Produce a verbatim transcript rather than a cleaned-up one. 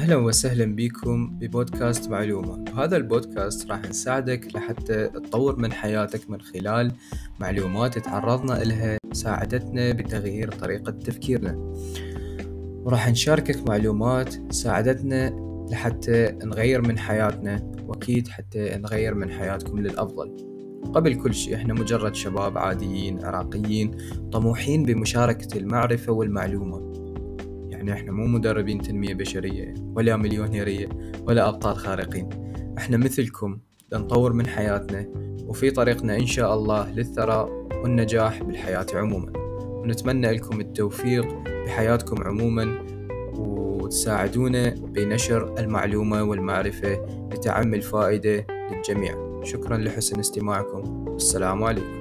أهلا وسهلا بكم ببودكاست معلومة. بهذا البودكاست راح نساعدك لحتى تطور من حياتك من خلال معلومات تعرضنا إلها ساعدتنا بتغيير طريقة تفكيرنا، وراح نشاركك معلومات ساعدتنا لحتى نغير من حياتنا، وأكيد حتى نغير من حياتكم للأفضل. قبل كل شيء احنا مجرد شباب عاديين عراقيين طموحين بمشاركة المعرفة والمعلومة، يعني احنا مو مدربين تنمية بشرية ولا مليونيرية ولا أبطال خارقين. احنا مثلكم نطور من حياتنا وفي طريقنا إن شاء الله للثراء والنجاح بالحياة عموما، ونتمنى لكم التوفيق بحياتكم عموما، وتساعدونا بنشر المعلومة والمعرفة لتعم الفائدة للجميع. شكرا لحسن استماعكم، والسلام عليكم.